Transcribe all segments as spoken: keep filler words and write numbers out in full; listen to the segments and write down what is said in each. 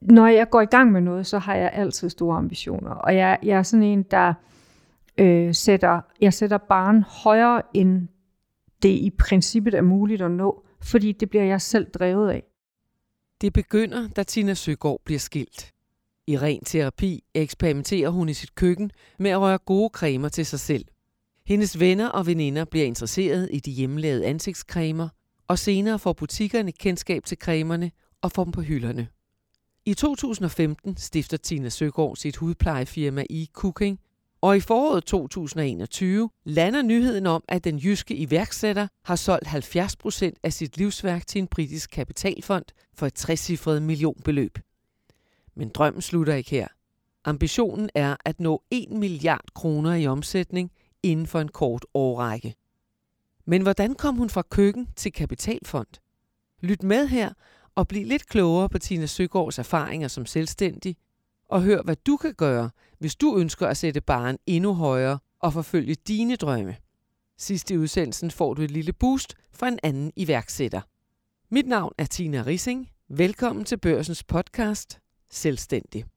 når jeg går i gang med noget, så har jeg altid store ambitioner. Og jeg, jeg er sådan en, der øh, sætter, jeg sætter barren højere, end det i princippet er muligt at nå, fordi det bliver jeg selv drevet af. Det begynder, da Tina Søgaard bliver skilt. I ren terapi eksperimenterer hun i sit køkken med at røre gode cremer til sig selv. Hendes venner og veninder bliver interesseret i de hjemmelavede ansigtscremer, og senere får butikkerne kendskab til cremerne og får dem på hylderne. I to tusind og femten stifter Tina Søgaard sit hudplejefirma e-Cooking, og i foråret to tusind og enogtyve lander nyheden om, at den jyske iværksætter har solgt halvfjerds procent af sit livsværk til en britisk kapitalfond for et trecifret millionbeløb. Men drømmen slutter ikke her. Ambitionen er at nå en milliard kroner i omsætning inden for en kort årrække. Men hvordan kom hun fra køkken til kapitalfond? Lyt med her og bliv lidt klogere på Tina Søgaards erfaringer som selvstændig, og hør, hvad du kan gøre, hvis du ønsker at sætte barren endnu højere og forfølge dine drømme. Sidst i udsendelsen får du et lille boost fra en anden iværksætter. Mit navn er Tina Rissing. Velkommen til Børsens podcast Selvstændig.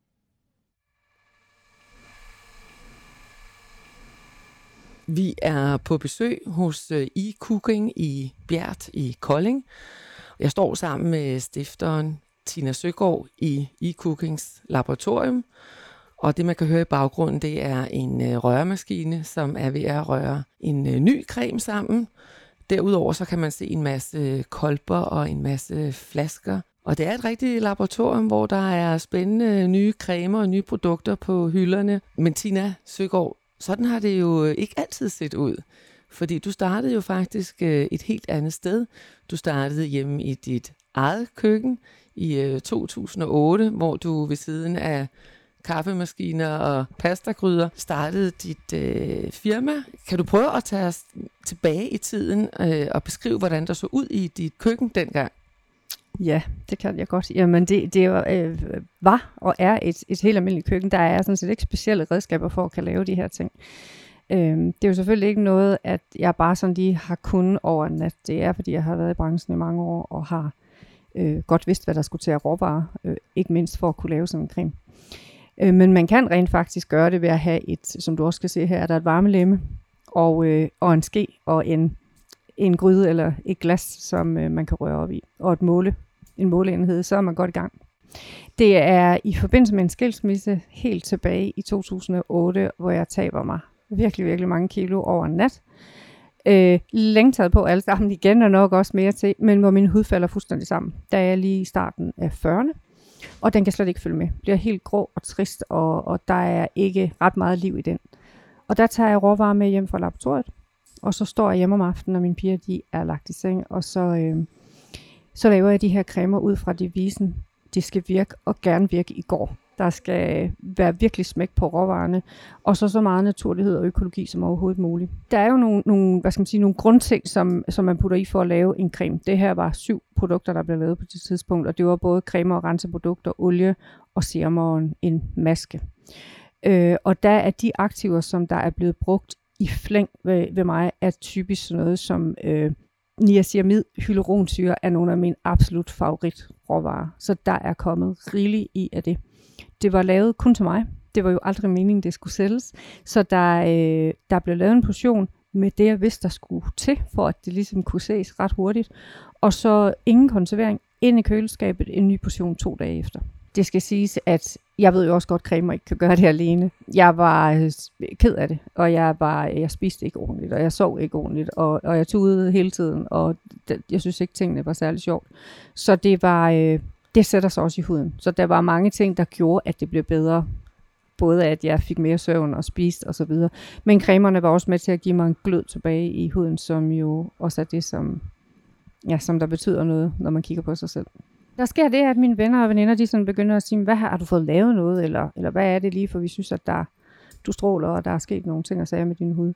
Vi er på besøg hos e-Cooking i Bjert i Kolding. Jeg står sammen med stifteren Tina Søgaard i e-Cookings laboratorium. Og det, man kan høre i baggrunden, det er en røremaskine, som er ved at røre en ny creme sammen. Derudover så kan man se en masse kolber og en masse flasker. Og det er et rigtigt laboratorium, hvor der er spændende nye cremer og nye produkter på hylderne. Men Tina Søgaard, sådan har det jo ikke altid set ud. Fordi du startede jo faktisk et helt andet sted. Du startede hjemme i dit eget køkken i to tusind og otte, hvor du ved siden af kaffemaskiner og pastagryder startede dit øh, firma. Kan du prøve at tage os tilbage i tiden øh, og beskrive, hvordan der så ud i dit køkken dengang? Ja, det kan jeg godt. Jamen, det, det øh, var og er et, et helt almindeligt køkken. Der er sådan set ikke specielle redskaber for at kan lave de her ting. Øhm, det er jo selvfølgelig ikke noget, at jeg bare sådan lige har kunnet over en nat. Det er, fordi jeg har været i branchen i mange år og har øh, godt vidst, hvad der skulle til at råvare. Øh, ikke mindst for at kunne lave sådan en creme. Øh, men man kan rent faktisk gøre det ved at have et, som du også kan se her, er der et varmelemme og, øh, og en ske og en, en gryde eller et glas, som øh, man kan røre op i. Og et måle, en måleenhed, så er man godt i gang. Det er i forbindelse med en skilsmisse helt tilbage i to tusind og otte, hvor jeg taber mig virkelig, virkelig mange kilo over en nat. Øh, længe taget på alle sammen igen, og nok også mere til, men hvor min hud falder fuldstændig sammen. Da jeg er lige i starten af fyrrerne, og den kan slet ikke følge med. Bliver helt grå og trist, og, og der er ikke ret meget liv i den. Og der tager jeg råvarer med hjem fra laboratoriet, og så står jeg hjemme om aftenen, og mine piger de er lagt i seng, og så, øh, så laver jeg de her cremer ud fra devisen, det skal virke og gerne virke i går. Der skal være virkelig smæk på råvarerne, og så så meget naturlighed og økologi som overhovedet muligt. Der er jo nogle, nogle, hvad skal man sige, nogle grundting, som, som man putter i for at lave en creme. Det her var syv produkter, der blev lavet på det tidspunkt, og det var både cremer og renseprodukter, olie og serum og en, en maske. Øh, og der er de aktiver, som der er blevet brugt i flæng ved, ved mig, er typisk sådan noget som øh, niacinamid, hyaluronsyre er nogle af mine absolut favorit råvarer. Så der er kommet rigeligt i af det. Det var lavet kun til mig. Det var jo aldrig meningen, det skulle sælges. Så der, øh, der blev lavet en portion med det, jeg vidste, der skulle til, for at det ligesom kunne ses ret hurtigt. Og så ingen konservering, ind i køleskabet, en ny portion to dage efter. Det skal siges, at jeg ved jo også godt, at cremer ikke kan gøre det alene. Jeg var ked af det, og jeg, var, jeg spiste ikke ordentligt, og jeg sov ikke ordentligt, og, og jeg tudede hele tiden, og det, jeg synes ikke, tingene var særlig sjovt. Så det var... Øh, Det sætter sig også i huden. Så der var mange ting, der gjorde, at det blev bedre. Både at jeg fik mere søvn og spiste osv. Men cremerne var også med til at give mig en glød tilbage i huden, som jo også er det, som, ja, som der betyder noget, når man kigger på sig selv. Der sker det, at mine venner og veninder, de sådan begynder at sige, hvad har, har du fået lavet noget? Eller, eller hvad er det lige, for vi synes, at der, du stråler, og der er sket nogle ting og sager med din hud.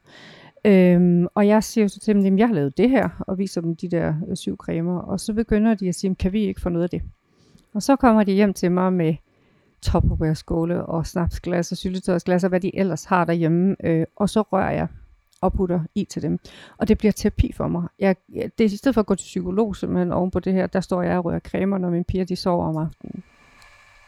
Øhm, og jeg siger jo så til dem, at jeg har lavet det her, og viser dem de der øh, syv cremer. Og så begynder de at sige, kan vi ikke få noget af det? Og så kommer de hjem til mig med tupperware-skåle og snapsglas og syltetøjsglas og hvad de ellers har derhjemme. Øh, og så rører jeg og putter i til dem. Og det bliver terapi for mig. Jeg, det er i stedet for at gå til psykolog, simpelthen oven på det her, der står jeg og rører cremer, når mine piger de sover om aftenen.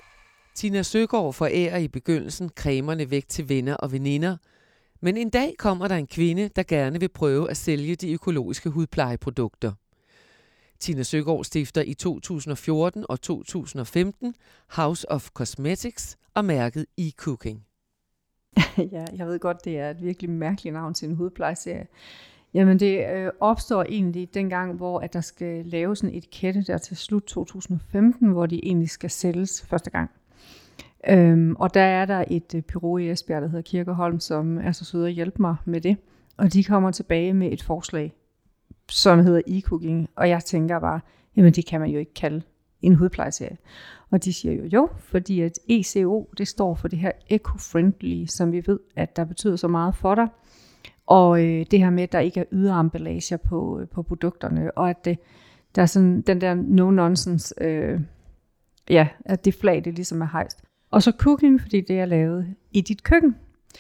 Tina Søgaard forærer i begyndelsen cremerne væk til venner og veninder, men en dag kommer der en kvinde, der gerne vil prøve at sælge de økologiske hudplejeprodukter. Tina Søgaard stifter i to tusind og fjorten og to tusind og femten House of Cosmetics og mærket E-Cooking. Ja, jeg ved godt, det er et virkelig mærkeligt navn til en hudplejeserie. Jamen det øh, opstår egentlig dengang, hvor at der skal laves en etikette der til slut to tusind og femten, hvor de egentlig skal sælges første gang. Øhm, og der er der et øh, bureau i Esbjerg, der hedder Kirkeholm, som er så søde at hjælpe mig med det. Og de kommer tilbage med et forslag, som hedder E-Cooking. Og jeg tænker bare, jamen det kan man jo ikke kalde en hudplejeserie. Og de siger jo jo, fordi at E C O, det står for det her eco-friendly, som vi ved, at der betyder så meget for dig. Og øh, det her med, at der ikke er ydre emballager på, øh, på produkterne, og at det, der er sådan den der no-nonsense, øh, ja, at det flag, det ligesom er hejst. Og så cooking, fordi det er lavet i dit køkken.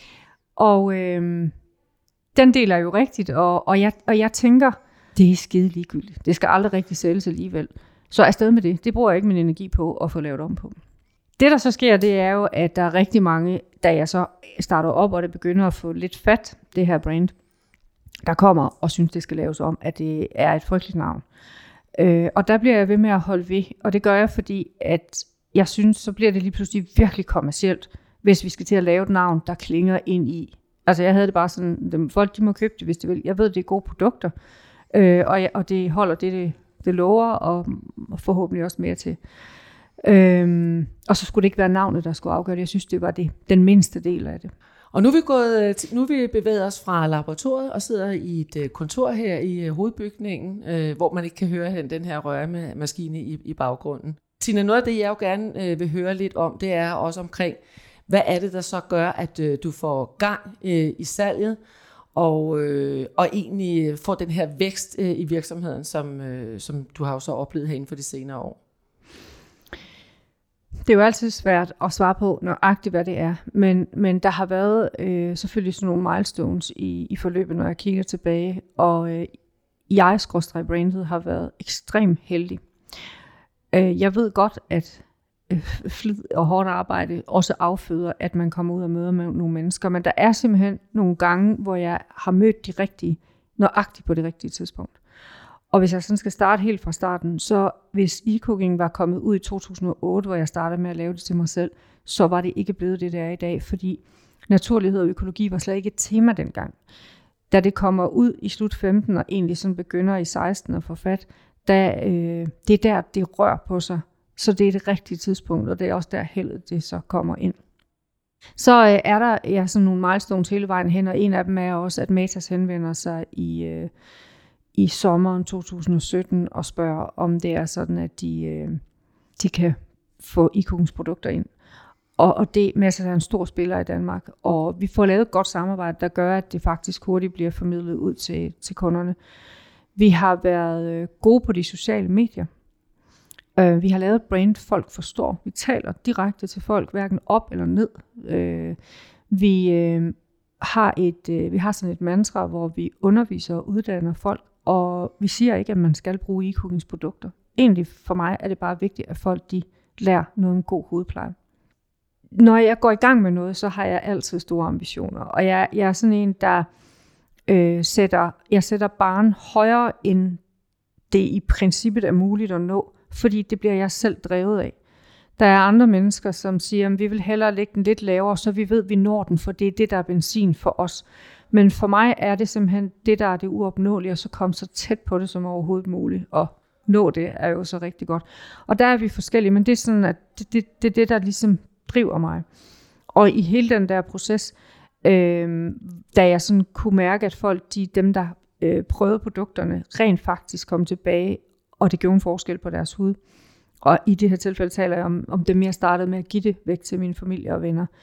Og øh, den del er jo rigtigt, og, og, jeg, og jeg tænker, det er skide ligegyldigt. Det skal aldrig rigtig sælges alligevel. Så afsted med det. Det bruger jeg ikke min energi på at få lavet om på. Det, der så sker, det er jo, at der er rigtig mange, da jeg så starter op, og det begynder at få lidt fat, det her brand, der kommer og synes, det skal laves om, at det er et frygteligt navn. Øh, og der bliver jeg ved med at holde ved, og det gør jeg, fordi at jeg synes, så bliver det lige pludselig virkelig kommercielt, hvis vi skal til at lave et navn, der klinger ind i. Altså jeg havde det bare sådan, dem, folk de må købe det, hvis de vil. Jeg ved, det er gode produkter, øh, og, jeg, og det holder det, det, det lover, og, og forhåbentlig også mere til. Øhm, og så skulle det ikke være navnet, der skulle afgøre det. Jeg synes, det var det, den mindste del af det. Og nu er vi gået, nu er vi bevæget os fra laboratoriet og sidder i et kontor her i hovedbygningen, øh, hvor man ikke kan høre den her røremaskine i, i baggrunden. Tina, noget af det, jeg jo gerne øh, vil høre lidt om, det er også omkring, hvad er det, der så gør, at øh, du får gang øh, i salget, og, øh, og egentlig får den her vækst øh, i virksomheden, som, øh, som du har jo så oplevet herinde for de senere år? Det er jo altid svært at svare på nøjagtigt, hvad det er, men, men der har været øh, selvfølgelig sådan nogle milestones i, i forløbet, når jeg kigger tilbage, og øh, jeg-brandet har været ekstremt heldig. Øh, jeg ved godt, at øh, flid og hårdt arbejde også afføder, at man kommer ud og møder med nogle mennesker, men der er simpelthen nogle gange, hvor jeg har mødt de rigtige, nøjagtigt på det rigtige tidspunkt. Og hvis jeg sådan skal starte helt fra starten, så hvis E-Cooking var kommet ud i to tusind og otte, hvor jeg startede med at lave det til mig selv, så var det ikke blevet det, der er i dag, fordi naturlighed og økologi var slet ikke et tema dengang. Da det kommer ud i slut femten og egentlig sådan begynder i seksten at få fat, da, øh, det er der, det rører på sig. Så det er det rigtige tidspunkt, og det er også der heldet, det så kommer ind. Så øh, er der ja, sådan nogle milestones hele vejen hen, og en af dem er også, at Matas henvender sig i... Øh, i sommeren to tusind og sytten og spørger, om det er sådan, at de, øh, de kan få E-Cookings produkter ind. Og, og det Matas er en stor spiller i Danmark, og vi får lavet et godt samarbejde, der gør, at det faktisk hurtigt bliver formidlet ud til, til kunderne. Vi har været øh, gode på de sociale medier. Øh, vi har lavet et brand, folk forstår. Vi taler direkte til folk, hverken op eller ned. Øh, vi, øh, har et, øh, vi har sådan et mantra, hvor vi underviser og uddanner folk, og vi siger ikke, at man skal bruge E-Cookings produkter. Egentlig for mig er det bare vigtigt, at folk de lærer noget om god hudpleje. Når jeg går i gang med noget, så har jeg altid store ambitioner. Og jeg, jeg er sådan en, der øh, sætter, jeg sætter barren højere, end det i princippet er muligt at nå. Fordi det bliver jeg selv drevet af. Der er andre mennesker, som siger, at vi vil hellere lægge den lidt lavere, så vi ved, at vi når den, for det er det, der er benzin for os. Men for mig er det simpelthen det, der er det uopnåelige, og så komme så tæt på det som overhovedet muligt. Og nå det er jo så rigtig godt. Og der er vi forskellige, men det er sådan, at det, det, det er det, der ligesom driver mig. Og i hele den der proces, øh, da jeg sådan kunne mærke, at folk, de, dem der øh, prøvede produkterne, rent faktisk kom tilbage, og det gjorde en forskel på deres hud. Og i det her tilfælde taler jeg om, om dem, jeg startede med at give det væk til min familie og venner.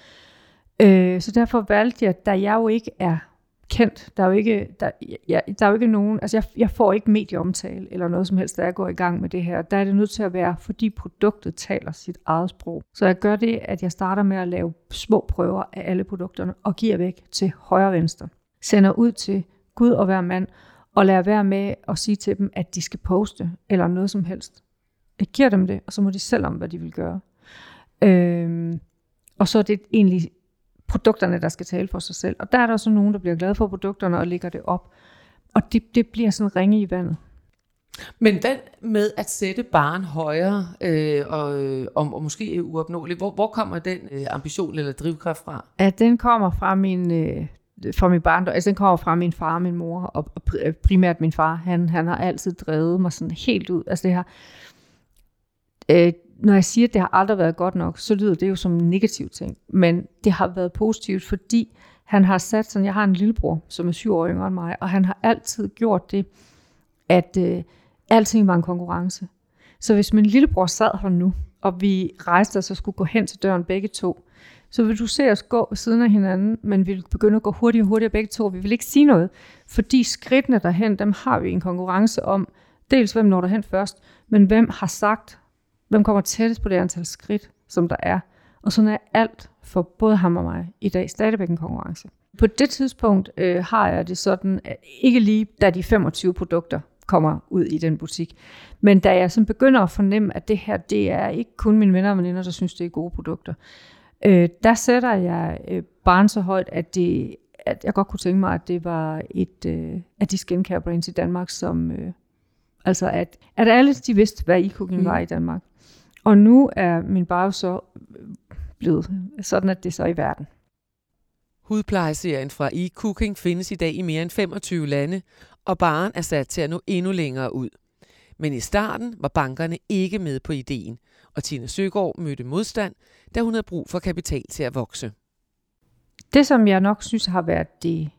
Øh, så derfor valgte jeg, da jeg jo ikke er kendt, der er jo ikke, der, jeg, der er jo ikke nogen, altså jeg, jeg får ikke medieomtale eller noget som helst, da jeg går i gang med det her. Der er det nødt til at være, fordi produktet taler sit eget sprog. Så jeg gør det, at jeg starter med at lave små prøver af alle produkterne og giver væk til højre og venstre. Sender ud til Gud og hver mand og lader være med at sige til dem, at de skal poste eller noget som helst. Jeg giver dem det, og så må de selv om, hvad de vil gøre. Øhm, og så er det egentlig produkterne, der skal tale for sig selv. Og der er der så nogen, der bliver glade for produkterne og lægger det op. Og det, det bliver sådan ringe i vandet. Men den med at sætte barren højere øh, og, og, og måske er uopnåelig, hvor, hvor kommer den øh, ambition eller drivkraft fra? At den kommer fra min, øh, fra min barndom, altså den kommer fra min far og min mor, og, og primært min far. Han, han har altid drevet mig sådan helt ud. Altså det her, øh, når jeg siger, at det har aldrig været godt nok, så lyder det jo som en negativ ting. Men det har været positivt, fordi han har sat sådan, jeg har en lillebror, som er syv år yngre end mig, og han har altid gjort det, at øh, alting var en konkurrence. Så hvis min lillebror sad her nu, og vi rejste os og skulle gå hen til døren begge to, så vil du se os gå ved siden af hinanden, men vi vil begynde at gå hurtigere og hurtigere begge to, og vi vil ikke sige noget, fordi skridtene derhen, dem har vi en konkurrence om, dels hvem når derhen først, men hvem har sagt, hvem kommer tættest på det antal skridt, som der er. Og sådan er alt for både ham og mig i dag stadigvæk en konkurrence. På det tidspunkt øh, har jeg det sådan, at ikke lige da de femogtyve produkter kommer ud i den butik, men da jeg sådan begynder at fornemme, at det her, det er ikke kun mine venner og veninder, der synes, det er gode produkter, øh, der sætter jeg øh, barn så højt, at, det, at jeg godt kunne tænke mig, at det var et øh, af de skincare brands i Danmark, som øh, altså at, at alle de vidste, hvad e-cooking mm. var i Danmark. Og nu er min barn så blevet sådan, at det er så i verden. Hudplejeserien fra e-cooking findes i dag i mere end femogtyve lande, og baren er sat til at nå endnu længere ud. Men i starten var bankerne ikke med på ideen, og Tina Søgaard mødte modstand, da hun havde brug for kapital til at vokse. Det, som jeg nok synes har været det,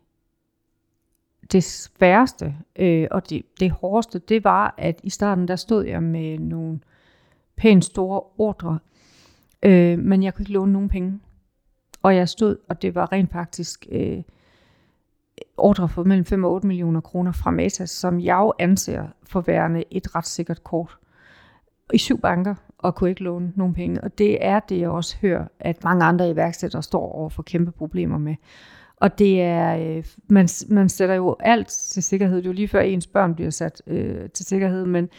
det sværeste øh, og det, det hårdeste, det var, at i starten der stod jeg med nogle pænt store ordre, øh, men jeg kunne ikke låne nogen penge. Og jeg stod, og det var rent faktisk øh, ordre for mellem fem og otte millioner kroner fra Matas, som jeg jo anser for værende et ret sikkert kort. I syv banker, og kunne ikke låne nogen penge. Og det er det, jeg også hører, at mange andre iværksættere står over for kæmpe problemer med. Og det er, øh, man, man sætter jo alt til sikkerhed. Det er jo lige før ens børn bliver sat øh, til sikkerhed, men,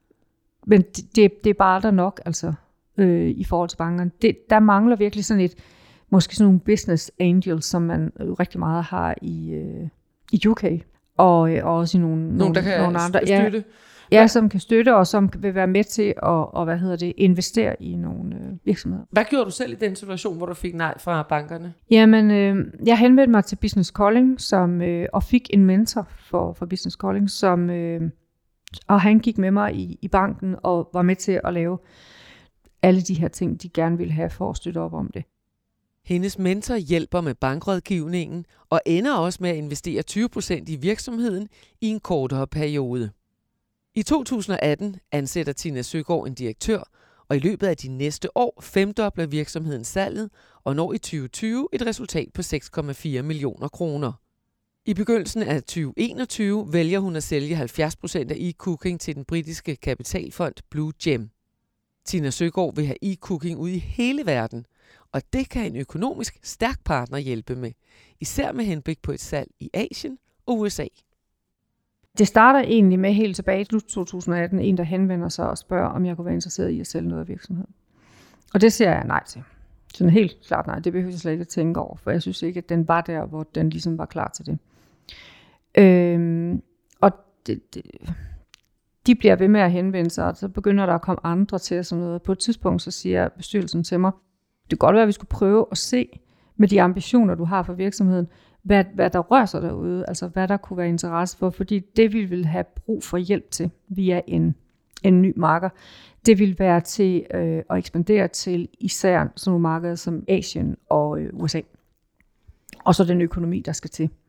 men det, det er bare aldrig nok, altså, øh, i forhold til bankerne. Det, der mangler virkelig sådan et, måske sådan nogle business angels, som man jo rigtig meget har i, øh, i U K, og, øh, og også i nogle, nogle, der kan nogle andre. Støtte. Ja, ja, som kan støtte, og som vil være med til at og, hvad hedder det, investere i nogle øh, virksomheder. Hvad gjorde du selv i den situation, hvor du fik nej fra bankerne? Jamen, øh, jeg henvendte mig til Business Calling, som, øh, og fik en mentor for, for Business Calling, som, øh, og han gik med mig i, i banken og var med til at lave alle de her ting, de gerne ville have for at støtte op om det. Hendes mentor hjælper med bankrådgivningen og ender også med at investere tyve procent i virksomheden i en kortere periode. I to tusind og atten ansætter Tina Søgaard en direktør, og i løbet af de næste år femdobler virksomheden salget og når i tyve tyve et resultat på seks komma fire millioner kroner. I begyndelsen af tyve enogtyve vælger hun at sælge halvfjerds procent af e-cooking til den britiske kapitalfond Blue Gem. Tina Søgaard vil have e-cooking ud i hele verden, og det kan en økonomisk stærk partner hjælpe med, især med henblik på et salg i Asien og U S A. Det starter egentlig med helt tilbage i slut to tusind og atten, en der henvender sig og spørger, om jeg kunne være interesseret i at sælge noget af virksomheden. Og det siger jeg nej til. Sådan helt klart nej, det behøver jeg slet ikke at tænke over, for jeg synes ikke, at den var der, hvor den ligesom var klar til det. Øhm, og det, det, de bliver ved med at henvende sig, og så begynder der at komme andre til sådan noget. På et tidspunkt så siger bestyrelsen til mig, det kan godt være, at vi skulle prøve at se med de ambitioner, du har for virksomheden, hvad, hvad der rører sig derude, altså hvad der kunne være interesse for, fordi det vi vil have brug for hjælp til via en, en ny marker, det vil være til øh, at ekspandere til især sådan nogle markeder som Asien og øh, U S A. Og så den økonomi, der skal til.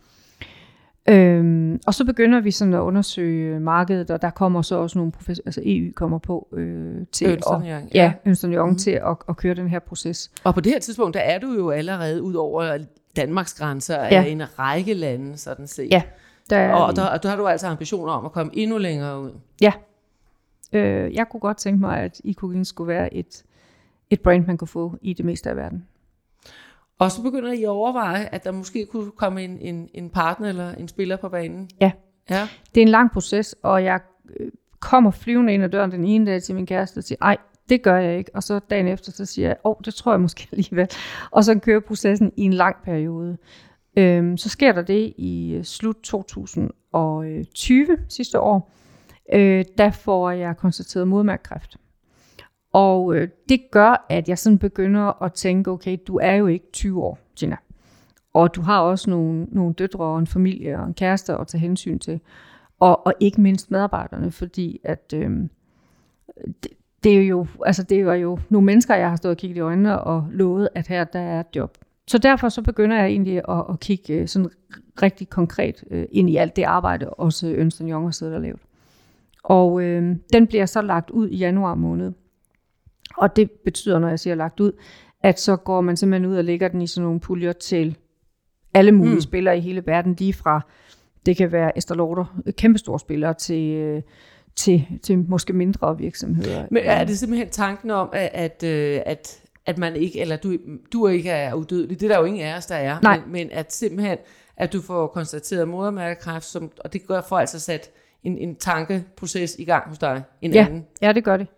Øhm, og så begynder vi sådan at undersøge markedet, og der kommer så også nogle professor, altså E Y kommer på øh, til Ernst at, ja. ja, Ernst og Young mm. til at, at køre den her proces. Og på det her tidspunkt, der er du jo allerede ud over Danmarks grænser ja. af en række lande, sådan set. Ja. Der og der, der har du altså ambitioner om at komme endnu længere ud. Ja. Øh, jeg kunne godt tænke mig, at e-cooking skulle være et, et brand, man kunne få i det meste af verden. Og så begynder I at overveje, at der måske kunne komme en, en, en partner eller en spiller på banen? Ja. ja. Det er en lang proces, og jeg kommer flyvende ind ad døren den ene dag til min kæreste og siger, ej, det gør jeg ikke. Og så dagen efter, så siger jeg, åh, oh, det tror jeg måske alligevel. Og så kører processen i en lang periode. Øhm, så sker der det i slut to tusind og tyve sidste år. Øh, der får jeg konstateret modermærkekræft. Og øh, det gør, at jeg sådan begynder at tænke, okay, du er jo ikke tyve år, Gina. Og du har også nogle, nogle døtre og en familie og en kæreste at tage hensyn til. Og, og ikke mindst medarbejderne, fordi at øh, det, det er jo, altså det var jo nogle mennesker, jeg har stået og kigget i øjnene og lovet, at her der er et job. Så derfor så begynder jeg egentlig at, at kigge sådan rigtig konkret øh, ind i alt det arbejde, også Ernst and Young har siddet og lavet. Og øh, den bliver så lagt ud i januar måned. Og det betyder, når jeg siger lagt ud, at så går man simpelthen ud og lægger den i sådan nogle puljer til alle mulige mm. spillere i hele verden, lige fra, det kan være Esther Lauder, kæmpestore spillere, til, til, til måske mindre virksomheder. Men er det simpelthen tanken om, at, at, at, at man ikke, eller du, du ikke er udødelig, det er der jo ingen af os, der er, men, men at simpelthen, at du får konstateret modermærkekræft, som, og det gør for altså sat en, en tankeproces i gang hos dig, en ja, anden. Ja, det gør det.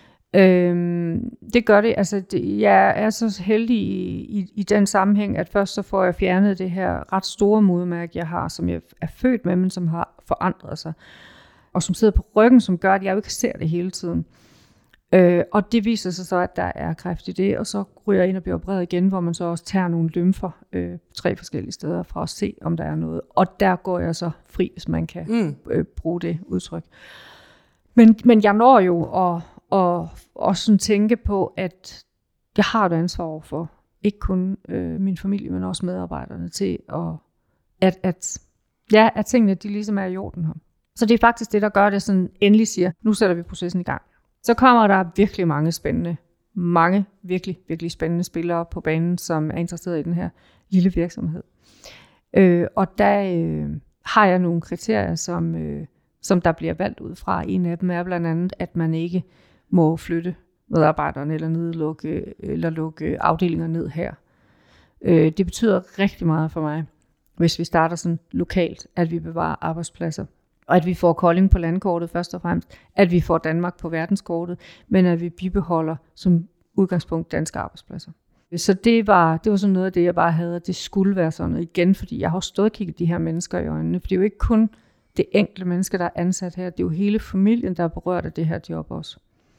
Øhm, det gør det. Altså, det, jeg er så heldig i, i, i den sammenhæng, at først så får jeg fjernet det her ret store modermærke, jeg har, som jeg er født med, men som har forandret sig, og som sidder på ryggen, som gør, at jeg jo ikke ser det hele tiden. Øh, og det viser sig så, at der er kræft i det, og så ryger jeg ind og bliver opereret igen, hvor man så også tager nogle lymfer øh, tre forskellige steder fra at se, om der er noget. Og der går jeg så fri, hvis man kan mm. øh, bruge det udtryk. Men, men jeg når jo at og også sådan tænke på, at jeg har et ansvar overfor, ikke kun øh, min familie, men også medarbejderne, til at, at, at, ja, at tingene de ligesom er i orden her. Så det er faktisk det, der gør det sådan, endelig siger, nu sætter vi processen i gang. Så kommer der virkelig mange spændende, mange virkelig, virkelig spændende spillere på banen, som er interesseret i den her lille virksomhed. Øh, og der øh, har jeg nogle kriterier, som, øh, som der bliver valgt ud fra. En af dem er blandt andet, at man ikke må flytte medarbejderne eller nedlukke eller lukke afdelinger ned her. Øh, det betyder rigtig meget for mig, hvis vi starter sådan lokalt, at vi bevarer arbejdspladser, og at vi får Kolding på landkortet først og fremmest, at vi får Danmark på verdenskortet, men at vi bibeholder som udgangspunkt danske arbejdspladser. Så det var, det var sådan noget af det, jeg bare havde, at det skulle være sådan noget igen, fordi jeg har stået og kigget de her mennesker i øjnene, for det er jo ikke kun det enkelte menneske, der er ansat her, det er jo hele familien, der er berørt af det her job også.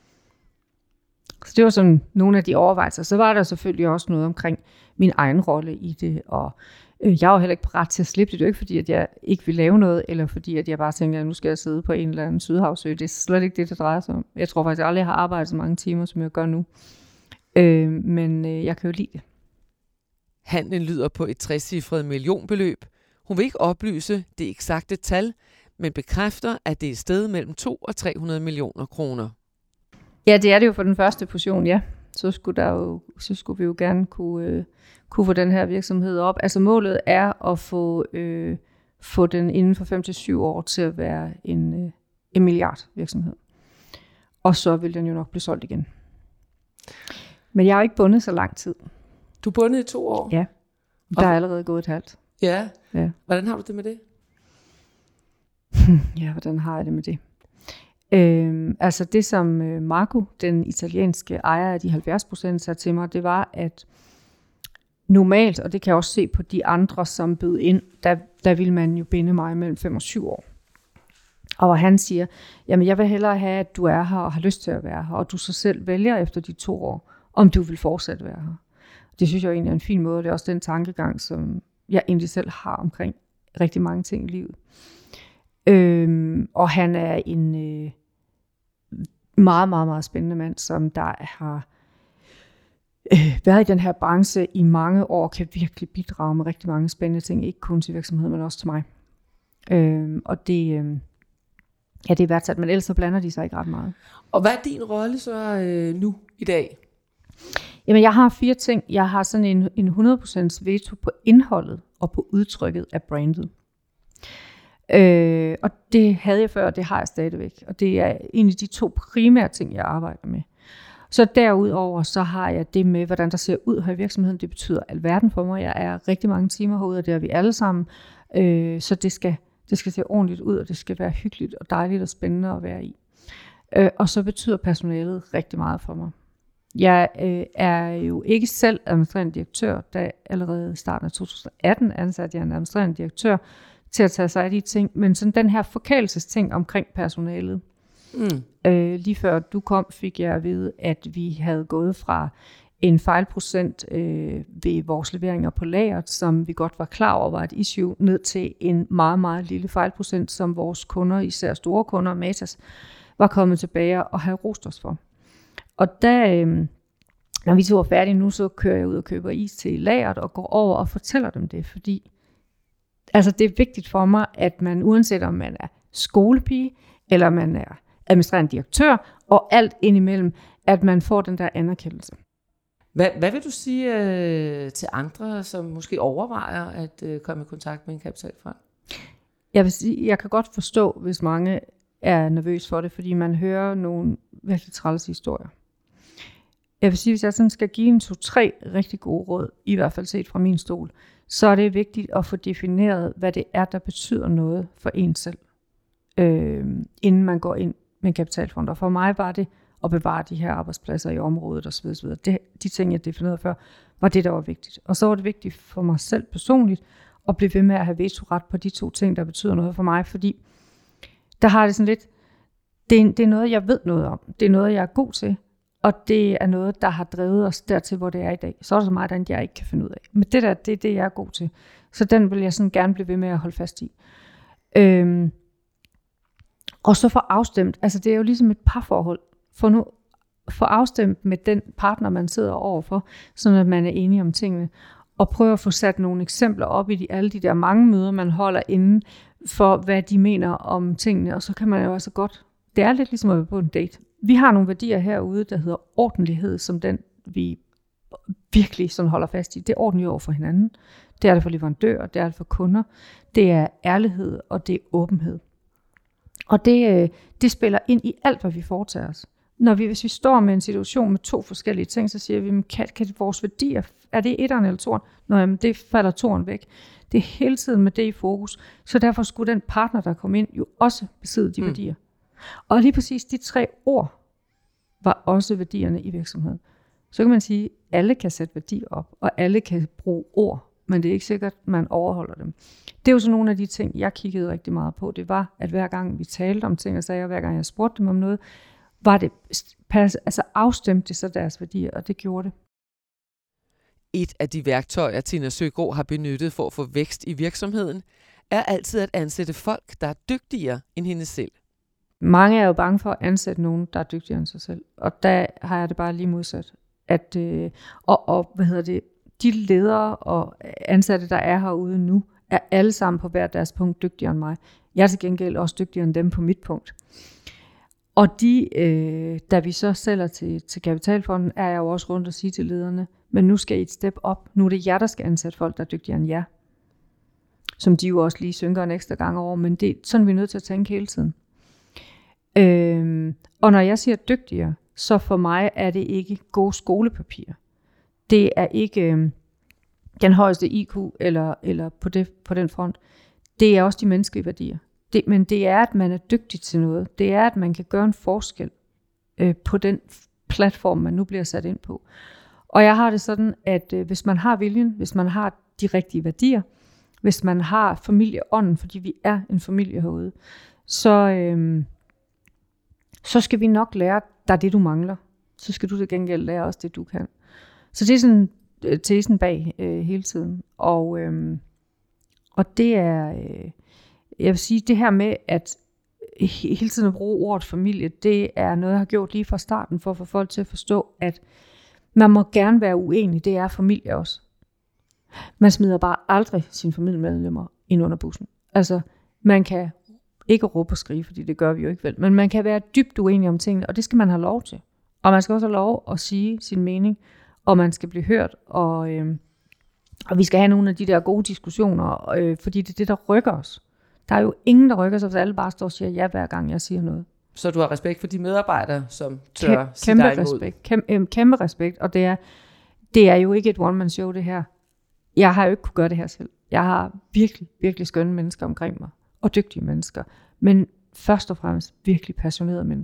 Så det var sådan nogle af de overvejelser. Så var der selvfølgelig også noget omkring min egen rolle i det, og øh, jeg var heller ikke parat til at slippe det. Det er jo ikke fordi, at jeg ikke vil lave noget, eller fordi, at jeg bare tænkte, at nu skal jeg sidde på en eller anden sydhavsø. Det er slet ikke det, det drejer sig om. Jeg tror faktisk, at jeg aldrig har arbejdet så mange timer, som jeg gør nu. Øh, men øh, jeg kan jo lide det. Handlen lyder på et trecifret millionbeløb. Hun vil ikke oplyse det eksakte tal, men bekræfter, at det er et sted mellem to og tre hundrede millioner kroner. Ja, det er det jo for den første portion, ja. Så skulle, der jo, så skulle vi jo gerne kunne, øh, kunne få den her virksomhed op. Altså målet er at få, øh, få den inden for fem til syv år til at være en, øh, en milliard virksomhed. Og så vil den jo nok blive solgt igen. Men jeg har jo ikke bundet så lang tid. Du er bundet i to år? Ja, der er allerede gået et halvt. Ja. ja. Hvordan har du det med det? Ja, hvordan har jeg det med det? Øhm, altså det som øh, Marco, den italienske ejer af de halvfjerds procent, sagde til mig, det var, at normalt, og det kan jeg også se på de andre, som bød ind, der, der ville man jo binde mig mellem fem og syv år. Og han siger, jamen jeg vil hellere have, at du er her og har lyst til at være her, og du så selv vælger efter de to år, om du vil fortsætte være her. Det synes jeg egentlig er en fin måde, det er også den tankegang, som jeg egentlig selv har omkring rigtig mange ting i livet. Øhm, og han er en øh, meget, meget, meget spændende mand, som der har øh, været i den her branche i mange år, kan virkelig bidrage med rigtig mange spændende ting, ikke kun til virksomheden, men også til mig. Øhm, og det, øh, ja, det er værdsat, men ellers så blander de sig ikke ret meget. Og hvad er din rolle så øh, nu i dag? Jamen, jeg har fire ting. Jeg har sådan en, en hundrede procent veto på indholdet og på udtrykket af brandet. Øh, og det havde jeg før, og det har jeg stadigvæk. Og det er egentlig de to primære ting, jeg arbejder med. Så derudover, så har jeg det med, hvordan der ser ud her i virksomheden. Det betyder alverden for mig. Jeg er rigtig mange timer herude, og det er vi alle sammen. Øh, så det skal, det skal se ordentligt ud, og det skal være hyggeligt og dejligt og spændende at være i. Øh, og så betyder personalet rigtig meget for mig. Jeg øh, er jo ikke selv administrerende direktør, da allerede i starten af to tusind atten ansatte jeg en administrerende direktør til at tage sig af de ting, men sådan den her forkælelsesting omkring personalet. Mm. Øh, lige før du kom, fik jeg at vide, at vi havde gået fra en fejlprocent øh, ved vores leveringer på lageret, som vi godt var klar over var et issue, ned til en meget, meget lille fejlprocent, som vores kunder, især store kunder, Matas, var kommet tilbage og havde rost os for. Og da, øh, når vi to er færdige nu, så kører jeg ud og køber is til lageret og går over og fortæller dem det, fordi altså, det er vigtigt for mig, at man, uanset om man er skolepige, eller man er administrerende direktør, og alt indimellem, at man får den der anerkendelse. Hvad, hvad vil du sige øh, til andre, som måske overvejer at øh, komme i kontakt med en kapitalfond? Jeg vil sige, jeg kan godt forstå, hvis mange er nervøs for det, fordi man hører nogle virkelig træls historier. Jeg vil sige, hvis jeg sådan skal give en to-tre rigtig gode råd, i hvert fald set fra min stol, så er det vigtigt at få defineret, hvad det er, der betyder noget for en selv, øh, inden man går ind med en kapitalfond. Og for mig var det at bevare de her arbejdspladser i området osv. osv. Det, de ting, jeg definerede før, var det, der var vigtigt. Og så var det vigtigt for mig selv personligt at blive ved med at have vetoret på de to ting, der betyder noget for mig, fordi der har det sådan lidt, det er, det er noget, jeg ved noget om. Det er noget, jeg er god til, og det er noget, der har drevet os dertil, hvor det er i dag. Så er der så meget, der jeg ikke kan finde ud af. Men det der, det er det, jeg er god til. Så den vil jeg sådan gerne blive ved med at holde fast i. Øhm, og så få afstemt, altså det er jo ligesom et parforhold, for nu få afstemt med den partner, man sidder overfor, så at man er enige om tingene, og prøve at få sat nogle eksempler op i de, alle de der mange møder, man holder inden, for hvad de mener om tingene, og så kan man jo også godt, det er lidt ligesom at være på en date. Vi har nogle værdier herude, der hedder ordentlighed, som den vi virkelig sådan holder fast i. Det er ordentligt over for hinanden, det er det for leverandører, det er det for kunder, det er ærlighed, og det er åbenhed. Og det, det spiller ind i alt, hvad vi foretager os. Når vi, hvis vi står med en situation med to forskellige ting, så siger vi, kan, kan vores værdier, er det etteren eller toeren? Nå, jamen, det falder toeren væk. Det er hele tiden med det i fokus. Så derfor skulle den partner, der kom ind, jo også besidde de mm. værdier. Og lige præcis de tre ord var også værdierne i virksomheden. Så kan man sige, at alle kan sætte værdier op, og alle kan bruge ord, men det er ikke sikkert, at man overholder dem. Det er jo så nogle af de ting, jeg kiggede rigtig meget på. Det var, at hver gang vi talte om ting og sager, hver gang jeg spurgte dem om noget, var det, altså afstemte det så deres værdier, og det gjorde det. Et af de værktøjer, Tina Søgaard har benyttet for at få vækst i virksomheden, er altid at ansætte folk, der er dygtigere end hende selv. Mange er jo bange for at ansætte nogen, der er dygtigere end sig selv, og der har jeg det bare lige modsat. At, øh, og, og hvad hedder det, de ledere og ansatte, der er herude nu, er alle sammen på hver deres punkt dygtigere end mig. Jeg er til gengæld også dygtigere end dem på mit punkt. Og de, øh, da vi så sælger til, til Kapitalfonden, er jeg jo også rundt og sige til lederne, men nu skal I et step op. Nu er det jer, der skal ansætte folk, der er dygtigere end jer. Som de jo også lige synker en ekstra gang over, men det er sådan, vi er nødt til at tænke hele tiden. Øh, og når jeg siger dygtigere, så for mig er det ikke gode skolepapirer. Det er ikke øh, den højeste I Q eller, eller på, det, på den front. Det er også de menneskelige værdier. Det, men det er, at man er dygtig til noget. Det er, at man kan gøre en forskel øh, på den platform, man nu bliver sat ind på. Og jeg har det sådan, at øh, hvis man har viljen, hvis man har de rigtige værdier, hvis man har familieånden, fordi vi er en familie herude, så, øh, så skal vi nok lære dig det, du mangler. Så skal du til gengæld lære også det, du kan. Så det er sådan øh, tesen bag øh, hele tiden. Og, øh, og det er... Øh, Jeg vil sige, det her med at hele tiden at bruge ordet familie, det er noget, jeg har gjort lige fra starten, for at få folk til at forstå, at man må gerne være uenig, det er familie også. Man smider bare aldrig sine familiemedlemmer ind under bussen. Altså, man kan ikke råbe og skrige, fordi det gør vi jo ikke vel, men man kan være dybt uenig om tingene, og det skal man have lov til. Og man skal også have lov at sige sin mening, og man skal blive hørt, og, øh, og vi skal have nogle af de der gode diskussioner, øh, fordi det er det, der rykker os. Der er jo ingen, der rykker sig, hvis alle bare står og siger ja, hver gang jeg siger noget. Så du har respekt for de medarbejdere, som tør Kæm- sige dig imod? Respekt. Kæmpe, kæmpe respekt, og det er, det er jo ikke et one-man-show, det her. Jeg har jo ikke kunne gøre det her selv. Jeg har virkelig, virkelig skønne mennesker omkring mig, og dygtige mennesker, men først og fremmest virkelig passionerede mennesker.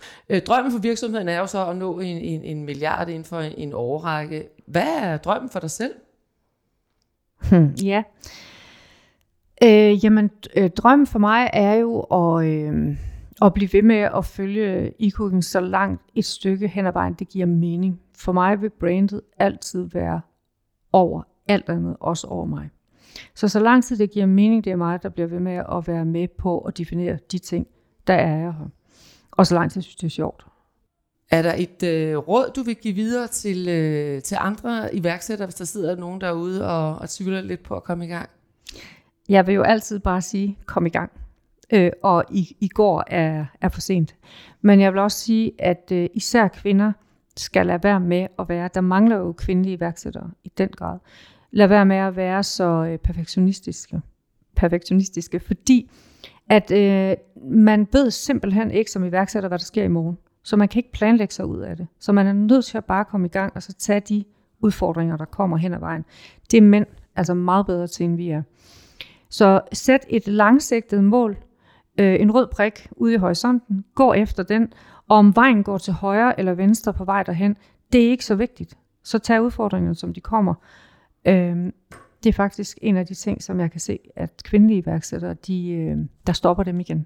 Øh, drømmen for virksomheden er jo så at nå en, en, en milliard inden for en, en årrække. Hvad er drømmen for dig selv? Hmm, ja. Øh, jamen, øh, drømmen for mig er jo at, øh, at blive ved med at følge e-cooking så langt et stykke hen ad vejen, det giver mening. For mig vil brandet altid være over alt andet, også over mig. Så så lang tid det giver mening, det er mig, der bliver ved med at være med på at definere de ting, der er jeg her. Og så lang tid synes det er sjovt. Er der et øh, råd, du vil give videre til, øh, til andre iværksættere, hvis der sidder nogen derude og, og tvivler lidt på at komme i gang? Jeg vil jo altid bare sige, kom i gang. Øh, og i, i går er, er for sent. Men jeg vil også sige, at øh, især kvinder skal lade være med at være, der mangler jo kvindelige iværksættere i den grad, lad være med at være så øh, perfektionistiske, perfektionistiske, fordi at øh, man ved simpelthen ikke som iværksætter, hvad der sker i morgen. Så man kan ikke planlægge sig ud af det. Så man er nødt til at bare komme i gang, og så tage de udfordringer, der kommer hen ad vejen. Det er mænd altså meget bedre til, end vi er. Så sæt et langsigtet mål, øh, en rød prik ude i horisonten, gå efter den, og om vejen går til højre eller venstre på vej derhen, det er ikke så vigtigt. Så tag udfordringerne, som de kommer. Øh, det er faktisk en af de ting, som jeg kan se, at kvindelige iværksættere, de, øh, der stopper dem igen.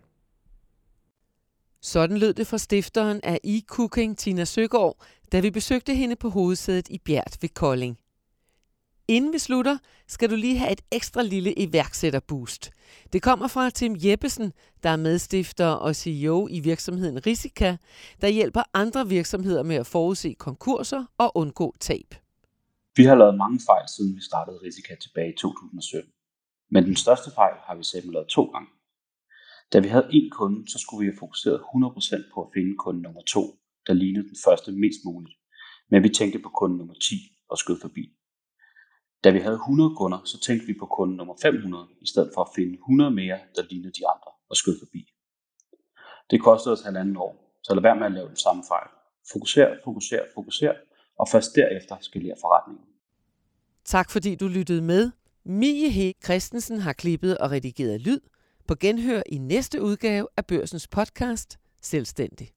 Sådan lød det fra stifteren af e-cooking, Tina Søgaard, da vi besøgte hende på hovedsædet i Bjert ved Kolding. Inden vi slutter, skal du lige have et ekstra lille iværksætterboost. Det kommer fra Tim Jeppesen, der er medstifter og C E O i virksomheden Risica, der hjælper andre virksomheder med at forudse konkurser og undgå tab. Vi har lavet mange fejl, siden vi startede Risica tilbage i to tusind og sytten. Men den største fejl har vi selv lavet to gange. Da vi havde én kunde, så skulle vi have fokuseret hundrede procent på at finde kunde nummer to, der lignede den første mest muligt. Men vi tænkte på kunde nummer ti og skød forbi. Da vi havde hundrede kunder, så tænkte vi på kunde nummer fem hundrede, i stedet for at finde hundrede mere, der lignede de andre og skød forbi. Det kostede os halvanden år, så lad være med at lave den samme fejl. Fokuser, fokuser, fokuser, og først derefter skalere forretningen. Tak fordi du lyttede med. Mie He Christensen har klippet og redigeret lyd. På genhør i næste udgave af Børsens podcast Selvstændig.